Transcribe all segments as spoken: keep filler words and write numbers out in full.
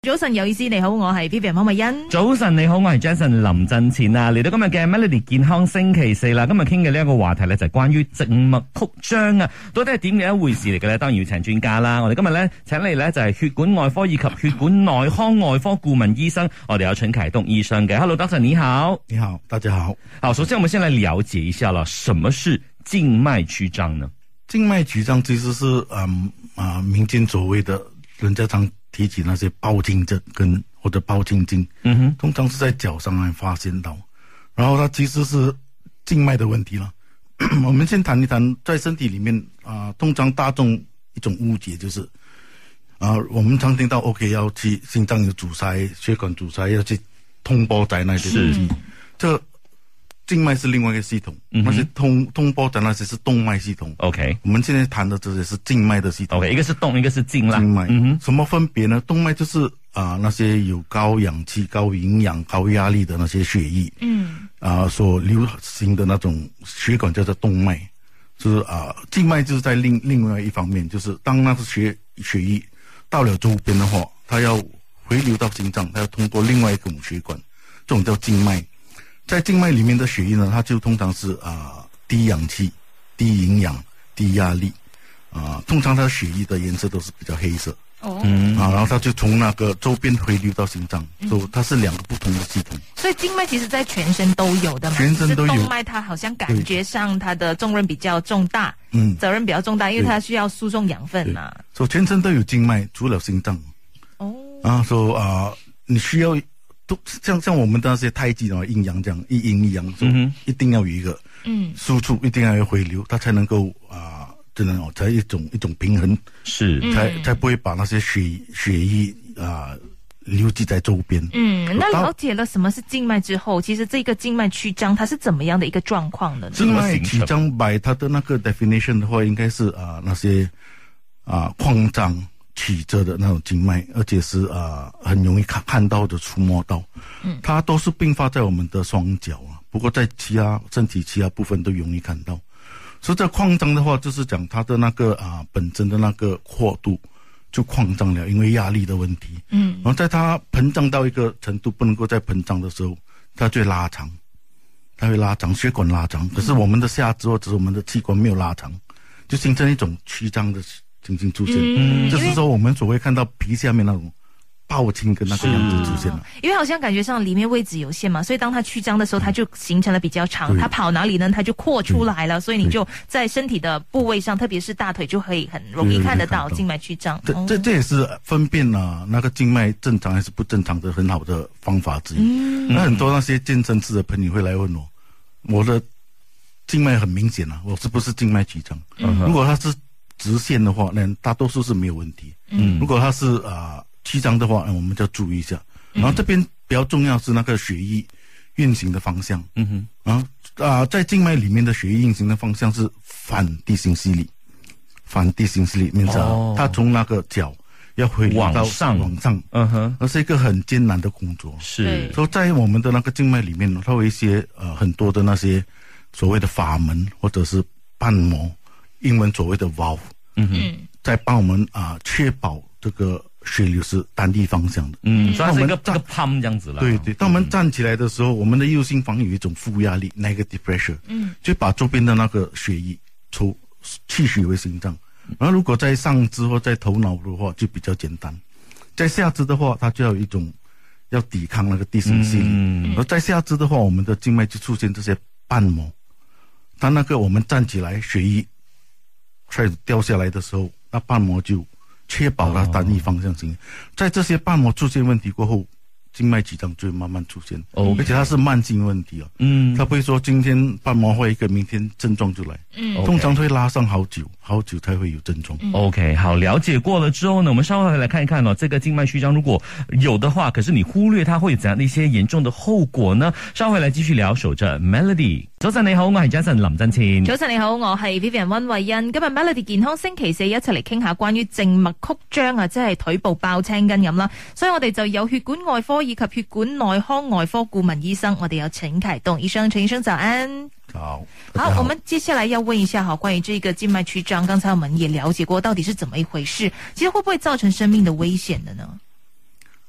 早晨有意思，你好，我係 Vivian 方慧欣。 早晨你好，我係 Jason 林振前啊，嚟到今日嘅 Melody 健康星期四啦。今日傾嘅呢一個話題咧就係關於靜脈曲張啊，到底係點嘅一回事嚟嘅咧？當然要請專家啦。我哋今日咧請嚟咧就係血管外科以及血管內科外科顧問醫生，我哋有陳凱東醫生嘅。Hello，Doctor 你好。 你好，大家好。 好，首先我們先來了解一下啦，什麼是靜脈曲張呢？ 靜脈曲張其實是嗯啊、呃、民間所謂的，人家常提起那些鉑筋症跟或者鉑筋經，嗯哼，通常是在腳上來發現到，然後它其實是靜脈的問題了。我們先談一談在身體裏面啊、呃，通常大眾一種誤解就是啊、呃，我們常聽到 OK 要去心臟有阻塞、血管阻塞要去通波仔那些東西，這靜脈是另外一個系統，嗯、那些通通波仔那些是動脈系統。OK， 我們現在談的這些是靜脈的系統。 OK， 一個是動，一個是靜啦。 靜脈， 嗯哼， 什麼分別呢？動脈就是啊、呃、那些有高氧氣、高營養、高壓力的那些血液，嗯，啊、呃、所流行的那種血管叫做動脈，就是啊靜脈就是在另另外一方面，就是當那個血血液到了周邊的話，它要回流到心臟，它要通過另外一種血管，這種叫靜脈。在靜脈裏面的血液呢，它就通常是啊、呃、低氧氣、低營養、低壓力，啊、呃，通常它的血液的顏色都是比較黑色。哦，嗯，啊，然後它就從那個周邊回流到心臟，所以、嗯、它是兩個不同的系統。 所以靜脈其實在全身都有的嘛， 全身都有。 動脈它好像感覺上它的重任比較重大，嗯，責任比較重大，因為它需要輸送養分嘛。 所以全身都有靜脈，除了心臟。哦，啊，所以啊，你需要。像像我們的那些太極啊，陰陽這樣一陰一陽，嗯哼，一定要有一個嗯輸出，一定要有回流，它才能夠啊，真的哦，才一種一種平衡，是，才才不會把那些血血液啊流積在周邊。嗯， 那了解了什麼是靜脈之後，其實這個靜脈曲張它是怎麼樣的一個狀況的呢？ 靜脈曲張 by 它的那個 definition 的話，應該是啊那些啊擴張。曲折的那種靜脈，而且是啊、呃、很容易看看到的觸摸到，嗯，它都是併發在我們的雙腳啊，不過在其他身體其他部分都容易看到。所以在擴張的話，就是講它的那個啊、呃、本身的那個闊度就擴張了，因為壓力的問題，嗯，然後在它膨脹到一個程度不能夠再膨脹的時候，它就會拉長，它會拉長，血管拉長，可是我們的下肢或者是我們的器官沒有拉長，就形成一種曲張的情形出現，嗯，就是說我們所謂看到皮下面那種鉑筋跟那個樣子出現了。 因為好像感覺上裡面位置有限嘛，所以當它曲張的時候，它就形成了比較長，它跑哪裡呢？它就擴出來了，所以你就在身體的部位上，特別是大腿，就可以很容易看得到靜脈曲張。 這這這也是分辨啊那個靜脈正常還是不正常的很好的方法之一。嗯，那很多那些健身室的朋友會來問我，我的靜脈很明顯啊，我是不是靜脈曲張？嗯，如果它是直線的話，那大多數是沒有問題。嗯，如果它是啊曲張的話，我們就要注意一下。然後這邊比較重要是那個血液運行的方向。嗯哼，然後啊，在靜脈裏面的血液運行的方向是反地心吸力，反地心吸力面上，哦，它從那個腳要回流到往上，往上。嗯哼，那是一個很艱難的工作。是，所以在我們的那個靜脈裏面呢，它有一些呃很多的那些所謂的閥門或者是瓣膜。英文所謂的 valve， 嗯哼，在幫我們啊、呃、確保這個血流是單一方向的。嗯， 所以是一個這個 pump 這樣子啦。 對對，當我們站起來的時候，嗯、我們的右心房有一種負壓力 negative pressure，嗯，就把周邊的那個血液抽氣血為心臟。然後如果在上肢或在頭腦的話，就比較簡單。在下肢的話，它就要有一種要抵抗那個地心吸力。嗯，而在下肢的話，我們的靜脈就出現這些瓣膜。當那個我們站起來，血液開始掉下來的時候，那瓣膜就確保它單一方向性。在這些瓣膜出現問題過後，靜脈曲張就會慢慢出現。哦，而且它是慢性問題啊。嗯，它不會說今天瓣膜壞一個，明天症狀就來。嗯，通常會拉上好久，好久才會有症狀。 嗯、OK， 好，了解過了之後呢，我們稍後來看一看哦，這個靜脈曲張如果有的話，可是你忽略它會有怎樣的一些嚴重的後果呢？稍後來繼續聊，守着 Melody。早晨你好，我係 Jason 林振前。 早晨你好，我係 Vivian 溫慧欣。今日 Melody 健康星期四一齊嚟傾下關於靜脈曲張啊，即係腿部爆青筋咁啦。所以我哋就有血管外科以及血管內科外科顧問醫生，我哋有陳凱東醫生，陳醫生早安。 好， 好，好，我們接下來要問一下哈，關於這個靜脈曲張，剛才我們也了解過到底是怎麼一回事，其實會不會造成生命的危險的呢？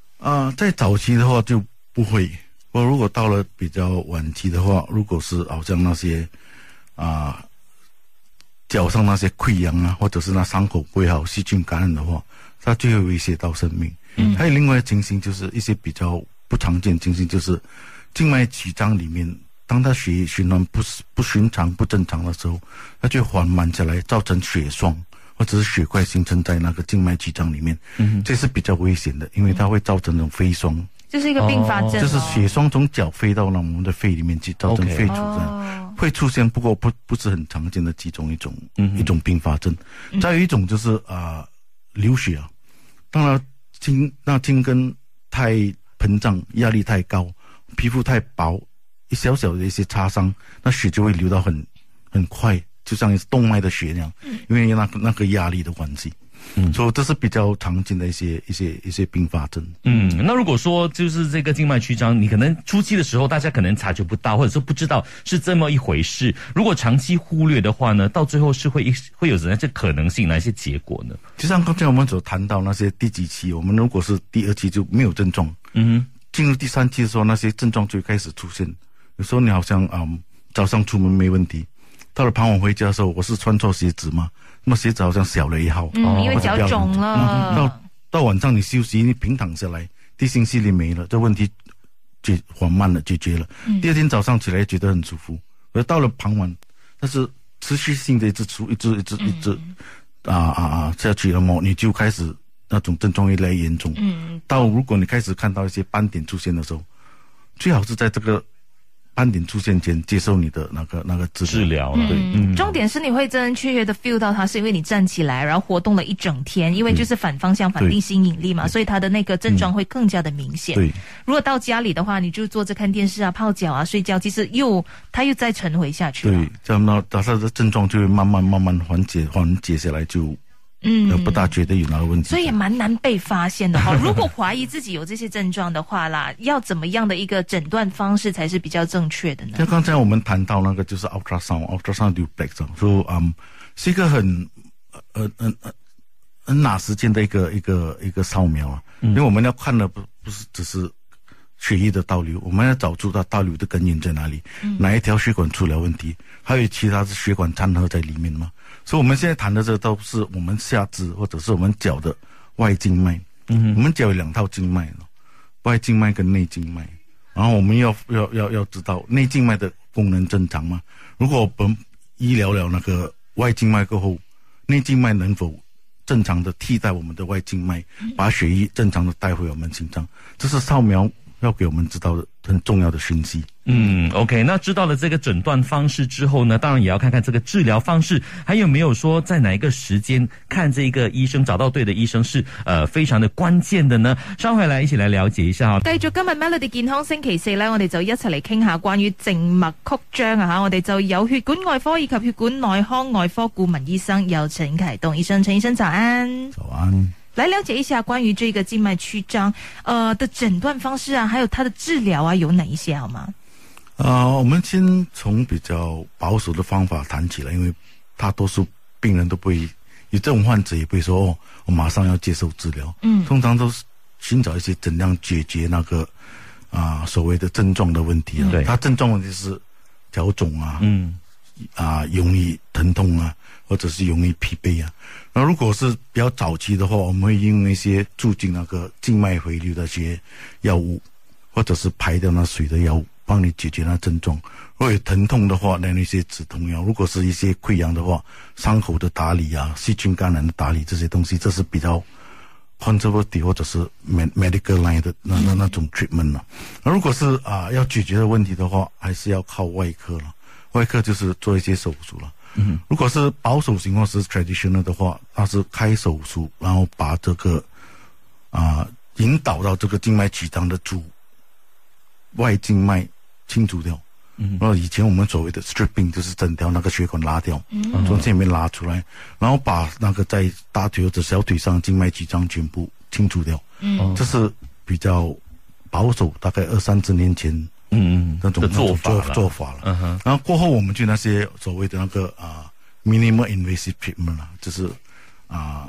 呃，在早期的话就不会，我如果到了比较晚期的话，如果是好像那些啊、呃、脚上那些溃疡啊，或者是那伤口不会好，细菌感染的话，它就会威胁到生命。嗯，还有另外的情形就是一些比较不常见的情形，就是静脉曲张里面，当它血液循环不不寻常、不正常的时候，它就缓慢下来，造成血栓或者是血块形成在那个静脉曲张里面。嗯，这是比较危险的，因为它会造成那种飞霜。 这是一个并发症、哦， 就是血栓从脚飞到了我们的肺里面去，造成肺阻这样、okay. 会出现，不过不不是很常见的其中一种、嗯、一种并发症。嗯、再有一种就是啊、呃、流血啊，当然筋那筋根太膨胀，压力太高，皮肤太薄，一小小的一些擦伤，那血就会流到很很快，就像动脉的血那样，嗯、因为那个那个压力的关系。嗯，所以这是比较常见的一些一些一些并发症。 嗯，那如果说就是这个静脉曲张，你可能初期的时候大家可能察觉不到，或者说不知道是这么一回事。如果长期忽略的话呢，到最后是会会有哪些可能性，哪些结果呢？ 就像刚才我们所谈到那些第几期，我们如果是第二期就没有症状，嗯，进入第三期的时候，那些症状就会开始出现。有时候你好像嗯早上出门没问题，到了傍晚回家的时候，我是穿错鞋子吗？那么鞋子好像小了一号， 嗯，因为脚肿了。 嗯、到到晚上你休息，你平躺下来，地心吸力没了，这问题解缓慢了解决了、嗯。第二天早上起来觉得很舒服，而到了傍晚，但是持续性的一直出，一直一直一直、嗯、啊啊啊下去了嘛，你就开始那种症状越来越严重。嗯，到如果你开始看到一些斑点出现的时候，最好是在这个斑点出现前接受你的那个那个治治疗了。 对、嗯，重点是你会真真确确的 feel 到它，是因为你站起来，然后活动了一整天，因为就是反方向、反地心引力嘛，所以它的那个症状会更加的明显。对，如果到家里的话，你就坐着看电视啊、泡脚啊、睡觉，其实又它又再沉回下去了。 对，这样呢，它的症状就会慢慢慢慢缓解缓解下来就。嗯，不大觉得有哪个问题， 所以也蛮难被发现的哈。如果怀疑自己有这些症状的话啦，要怎么样的一个诊断方式才是比较正确的呢？ 像刚才我们谈到那个就是 ultrasound，ultrasound duplex， 说嗯是一个很呃呃呃很拿时间的一个一个一个扫描啊、嗯，因为我们要看的不不是只是血液的倒流，我们要找出它倒流的根源在哪里，嗯、哪一条血管出了问题，还有其他的血管掺合在里面吗？所以我们现在谈的这都是我们下肢或者是我们脚的外静脉。嗯，我们脚有两套静脉，外静脉跟内静脉。然后我们要要要要知道内静脉的功能正常吗？如果我们医疗了那个外静脉过后，内静脉能否正常的替代我们的外静脉，把血液正常的带回我们心脏？这是扫描要给我们知道的很重要的讯息。 嗯 ，OK， 那知道了这个诊断方式之后呢，当然也要看看这个治疗方式，还有没有说在哪一个时间看这个医生，找到对的医生是呃非常的關鍵的呢。稍回來一起來了解一下。 繼續今日 Melody 健康星期四咧，我哋就一齊嚟傾下關於靜脈曲張啊吓，我哋就有血管外科以及血管內腔外科顧問醫生有陳凱棟醫生，陳醫生早安。 早安。 來了解一下關於這個靜脈曲張呃的診斷方式啊，還有它的治療啊，有哪一些好嗎？ 呃，我們先從比較保守的方法談起來，因為大多數病人都不會，有這種患者也不會說哦，我馬上要接受治療。嗯，通常都是尋找一些怎樣解決那個啊、呃、所謂的症狀的問題啊。對，他症狀問題是腳腫啊，嗯，啊、呃、容易疼痛啊，或者是容易疲憊啊。那如果是比較早期的話，我們會用一些促進那個靜脈回流的一些藥物，或者是排掉那水的藥物，幫你解決那症狀。如果有疼痛的話，那一些止痛藥；如果是一些潰瘍的話，傷口的打理啊、細菌感染的打理這些東西，這是比較 conservative 或者是 medical line 的那那那種 treatment 啊。那如果是啊、呃、要解決的問題的話，還是要靠外科了。外科就是做一些手術了。嗯，如果是保守型或是 traditional 的話，它是開手術，然後把這個啊、呃、引導到這個靜脈曲張的主外靜脈清除掉。嗯，然後以前我們所謂的 stripping 就是整條那個血管拉掉，嗯，從前面拉出來，然後把那個在大腿或者小腿上靜脈曲張全部清除掉。嗯，這是比較保守，大概二三十年前。嗯，那種做法做做法了，嗯哼。然後過後我們就那些所謂的那個啊、呃、minimal invasive treatment 啦，就是啊、呃、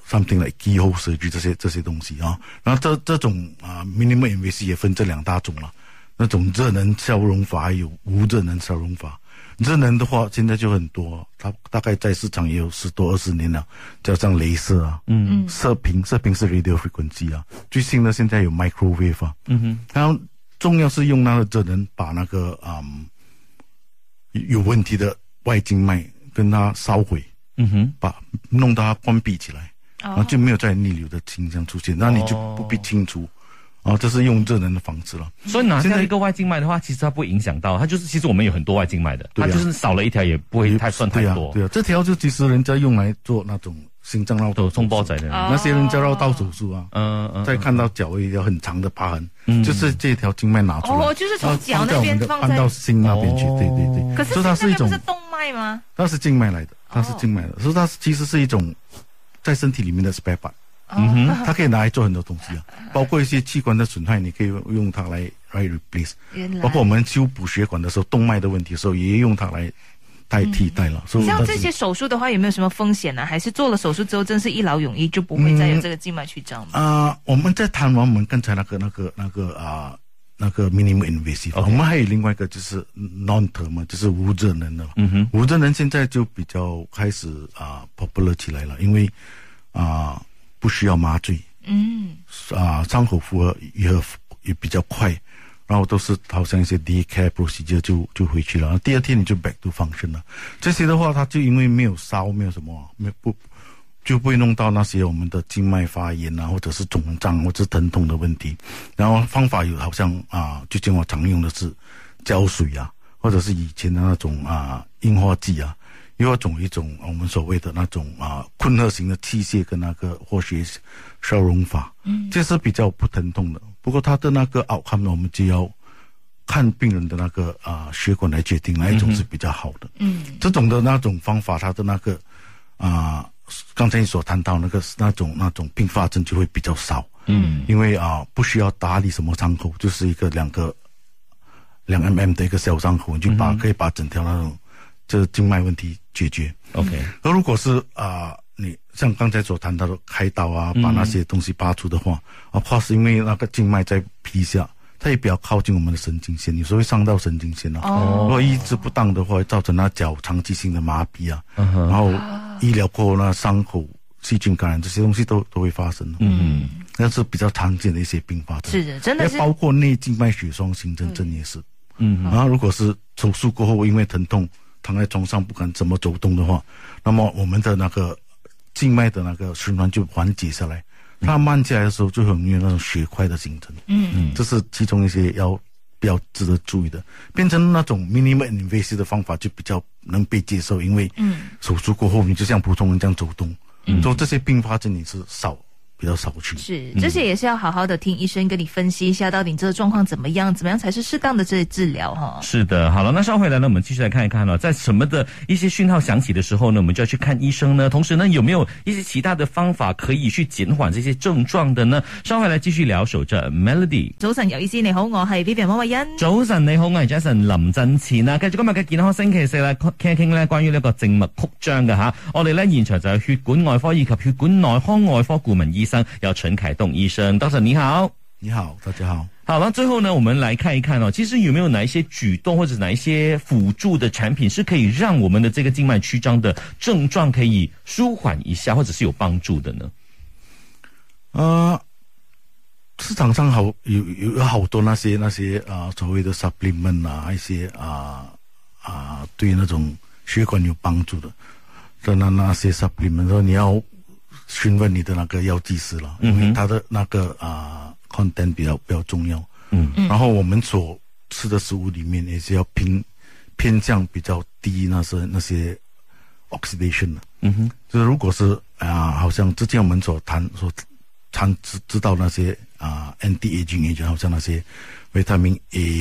something like keyhole surgery 这些这些东西啊。然后这这种啊 minimal invasive 也分这两大种了，那种热能消融法还有无热能消融法。热能的话现在就很多，它大概在市场也有十多二十年了，加上雷射啊，嗯，射频射频是 radio frequency 啊，最新的现在有 microwave 啊，嗯哼，然后重要是用那个热能把那个嗯有问题的外静脉跟它烧毁，嗯哼，把弄到它关闭起来，然后就没有再逆流的倾向出现，那你就不必清除。哦，这是用热能的方式了。 所以拿掉一个外静脉的话，其实它不会影响到，它就是其实我们有很多外静脉的，它就是少了一条也不会太算太多。 对啊，对啊，这条就其实人家用来做那种心脏绕道送包仔的， 那些人叫绕道手术啊，嗯嗯，再看到脚有一条很长的疤痕，嗯，就是这条静脉拿出来， 哦，就是从脚那边放放到心那边去，对对对。 可是它是一种是动脉吗？ 它是静脉来的，它是静脉的，所以它其实是一种在身体里面的 spare part。嗯哼，它可以拿来做很多东西啊，包括一些器官的损害，你可以用它来来 replace。包括我们修补血管的时候，动脉的问题的时候，也用它来代替代了。所以像这些手术的话，有没有什么风险呢、啊？还是做了手术之后，真是一劳永逸，就不会再有这个静脉曲张吗？ 啊、嗯呃，我们在谈完我们刚才那个、那个、那个啊、呃，那个 minimal invasive，、okay. 我们还有另外一个就是 non-term 嘛，就是无热能的。嗯哼，无热能现在就比较开始啊、呃、popular 起来了，因为啊。呃不需要麻醉，嗯，啊，伤口复合也也比较快，然后都是好像一些 decay procedure 就就回去了，然后第二天你就 back to function 了。这些的话，它就因为没有烧，没有什么，没不就不会弄到那些我们的静脉发炎啊，或者是肿胀或者是疼痛的问题。然后方法有好像啊，最近我常用的是胶水啊，或者是以前的那种啊硬化剂啊。又一种一种我们所谓的那种啊混合型的器械跟那个化学消融法，嗯，这是比较不疼痛的。不过它的那个 outcome 呢，我们就要看病人的那个啊血管来决定哪一种是比较好的。嗯，这种的那种方法，它的那个啊刚才你所谈到那个那种那种并发症就会比较少。嗯，因为啊不需要打理什么伤口，就是一个两个两 mm 的一个小伤口，你就把、嗯、可以把整条那种这静脉问题解决。OK， 而如果是啊、呃，你像刚才所谈到的开刀啊，把那些东西拔出的话，啊、嗯，怕是因为那个静脉在皮下，它也比较靠近我们的神经线，有时候会伤到神经线啊。哦，如果医治不当的话，会造成那脚长期性的麻痹啊，嗯、然后医疗过后那伤口细菌感染这些东西都都会发生。嗯，那是比较常见的一些并发症。 是的，真的是。 包括内静脉血栓形成症也是。嗯，然后如果是手术过后因为疼痛躺在床上不敢怎么走动的话，那么我们的那个静脉的那个循环就缓解下来，它慢下来的时候就很容易有那种血块的形成。嗯，这是其中一些要比较值得注意的。变成那种 minimal invasive 的方法就比较能被接受，因为手术过后你就像普通人这样走动，嗯，所以这些并发症也是少。比较少去是，这些也是要好好的听医生跟你分析一下，到底你这个状况怎么样，怎么样才是适当的这些治疗哈。 是的，好了，那稍回来呢，我们继续来看一看了，在什么的一些讯号响起的时候呢，我们就要去看醫生呢。同時呢，有沒有一些其他的方法可以去減緩這些症狀的呢？稍回來繼續聊，守着 Melody。 早晨有意思，你好，我係 Vivian 汪慧欣。 早晨你好，我係 Jason 林振前啊。繼續今日嘅健康星期四咧，傾一傾咧關於呢個靜脈曲張嘅吓。我哋咧現場就有血管外科以及血管內科外科顧問醫生有陳凱棟醫生。doctor 你好。 你好，大家好。 好，那最後呢，我們來看一看哦，其實有沒有哪一些舉動或者哪一些輔助的產品是可以讓我們的這個靜脈曲張的症狀可以舒緩一下，或者是有幫助的呢？ 呃，市場上好有有好多那些那些啊、呃、所謂的 supplement 啊，一些啊啊、呃、對那種血管有幫助的，的那那些 supplement， 說你要詢問你的那個藥劑師了，因為他的那個啊。呃content 比較比較重要，嗯，然後我們所吃的食物裡面也是要偏偏向比較低那些那些 oxidation 的，嗯哼，就是如果是啊、呃，好像之前我們所談所談知知道那些啊、呃、anti-aging agent， 好像那些維他命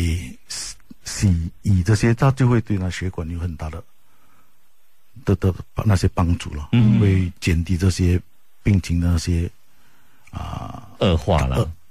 A、C、E 這些，它就會對那血管有很大的的的那些幫助了，嗯，會減低這些病情的那些啊、 呃、惡化了。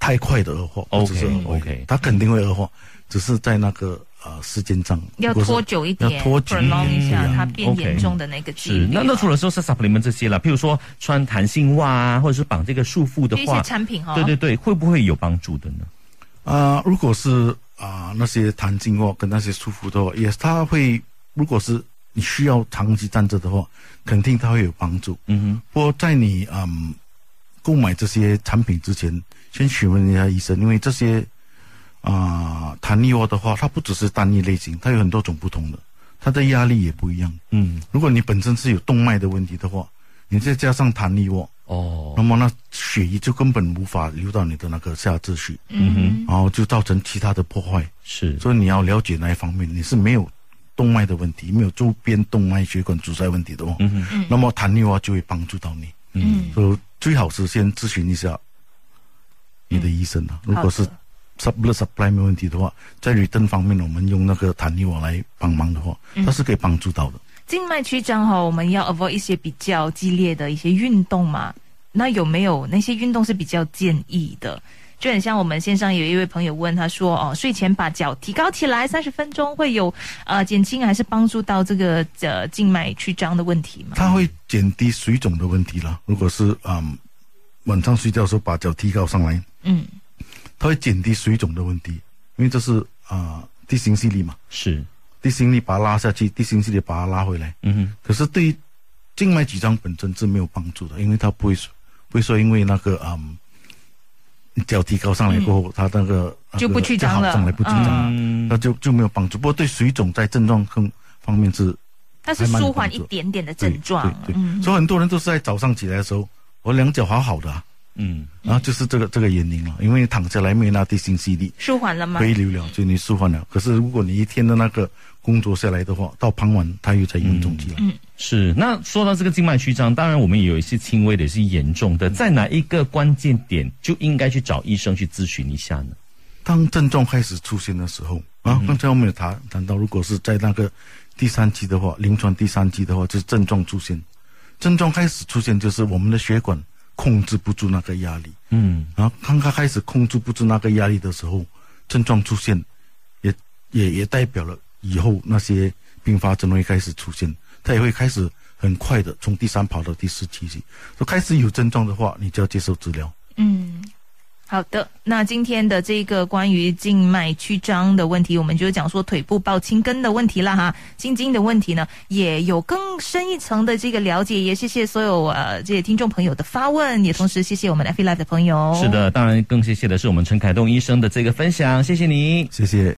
太快的恶化，不只是恶化 OK， 它肯定会恶化，只是在那个呃时间上要拖久一点， 要拖久一点 prolong 一下对啊它变严重的那个几率。 是，那那除了说是 supplement 这些啦，譬如说穿弹性袜啊，或者是绑这个束缚的一话， 些产品哈、哦， 对对对，会不会有帮助的呢？ 啊、呃，如果是啊、呃、那些弹性袜跟那些束缚的话，也它会，如果是你需要长期站着的话，肯定它会有帮助。 嗯哼， 不过在你嗯购买这些产品之前，先询问一下医生，因为这些啊、呃、弹力袜的话，它不只是单一类型，它有很多种不同的，它的压力也不一样。 嗯， 如果你本身是有动脉的问题的话，你再加上弹力袜， 哦， 那么那血液就根本无法流到你的那个下肢去， 嗯哼， 然后就造成其他的破坏。 是， 所以你要了解那一方面，你是没有动脉的问题，没有周边动脉血管阻塞问题的话， 嗯哼， 那么弹力袜就会帮助到你。 嗯， 所以最好是先咨询一下你的医生啊。如果是 blood supply 没问题的话，在 return 方面，我们用那个弹力袜来帮忙的话，它是可以帮助到的。 静脉曲张哈，我们要 avoid 一些比较激烈的一些运动嘛？那有没有那些运动是比较建议的？就很像我们线上有一位朋友问他说，哦，睡前把脚提高起来三十分钟会有呃减轻还是帮助到这个呃静脉曲张的问题吗？ 它会减低水肿的问题啦。如果是嗯晚上睡觉的时候把脚提高上来， 嗯， 它会减低水肿的问题，因为这是啊、呃、地心吸力嘛， 是地心力把它拉下去，地心吸力把它拉回来。 嗯哼， 可是对于静脉曲张本身是没有帮助的，因为它不会不会说因为那个嗯。脚提高上来过后，嗯、它那个就不曲张了， 上来不曲张了， 嗯、 那就就没有帮助。不过对水肿在症状方面是， 它是舒缓一点点的症状。 对 对, 对、嗯，所以很多人都是在早上起来的时候，我两脚好好的、啊，嗯，然后就是这个这个原因了，因为你躺下来没那地心吸力， 舒缓了吗？ 回流了，就你舒缓了。可是如果你一天的那个工作下来的话，到傍晚它又在严重起来。 嗯，是。那说到这个静脉曲张，当然我们也有一些轻微的，也是严重的，在哪一个关键点就应该去找医生去咨询一下呢？ 当症状开始出现的时候啊，刚才我们有谈谈到，如果是在那个第三期的话，临床第三期的话，就是症状出现，症状开始出现就是我们的血管控制不住那个压力，嗯，然后刚刚开始控制不住那个压力的时候，症状出现，也也也代表了以后那些并发症会开始出现，它也会开始很快的从第三跑到第四期去，就开始有症状的话，你就要接受治疗。 嗯。好的，那今天的这个关于静脉曲张的问题，我们就讲说腿部抱青根的问题了哈，心经的问题呢，也有更深一层的这个了解，也谢谢所有呃这些听众朋友的发问，也同时谢谢我们 F B Live 的朋友。 是的，当然更谢谢的是我们陈凯栋医生的这个分享，谢谢你， 谢谢。